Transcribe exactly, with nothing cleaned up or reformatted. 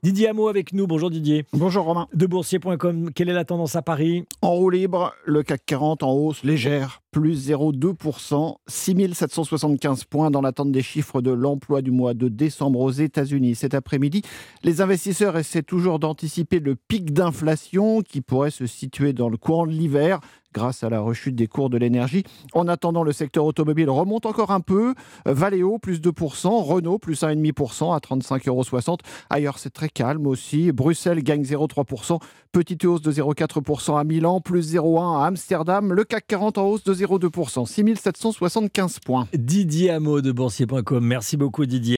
Didier Hameau avec nous. Bonjour Didier. Bonjour Romain. De boursier point com, quelle est la tendance à Paris ? En roue libre, le C A C quarante en hausse légère, plus zéro virgule deux pour cent, six mille sept cent soixante-quinze points dans l'attente des chiffres de l'emploi du mois de décembre aux États-Unis. Cet après-midi, les investisseurs essaient toujours d'anticiper le pic d'inflation qui pourrait se situer dans le courant de l'hiver grâce à la rechute des cours de l'énergie. En attendant, le secteur automobile remonte encore un peu. Valeo, plus deux pour cent. Renault, plus un virgule cinq pour cent à trente-cinq euros soixante. Ailleurs, c'est très calme aussi. Bruxelles gagne zéro virgule trois pour cent. Petite hausse de zéro virgule quatre pour cent à Milan, plus zéro virgule un à Amsterdam. Le C A C quarante en hausse de zéro virgule deux pour cent, six mille sept cent soixante-quinze points. Didier Hameau de boursier point com. Merci beaucoup Didier.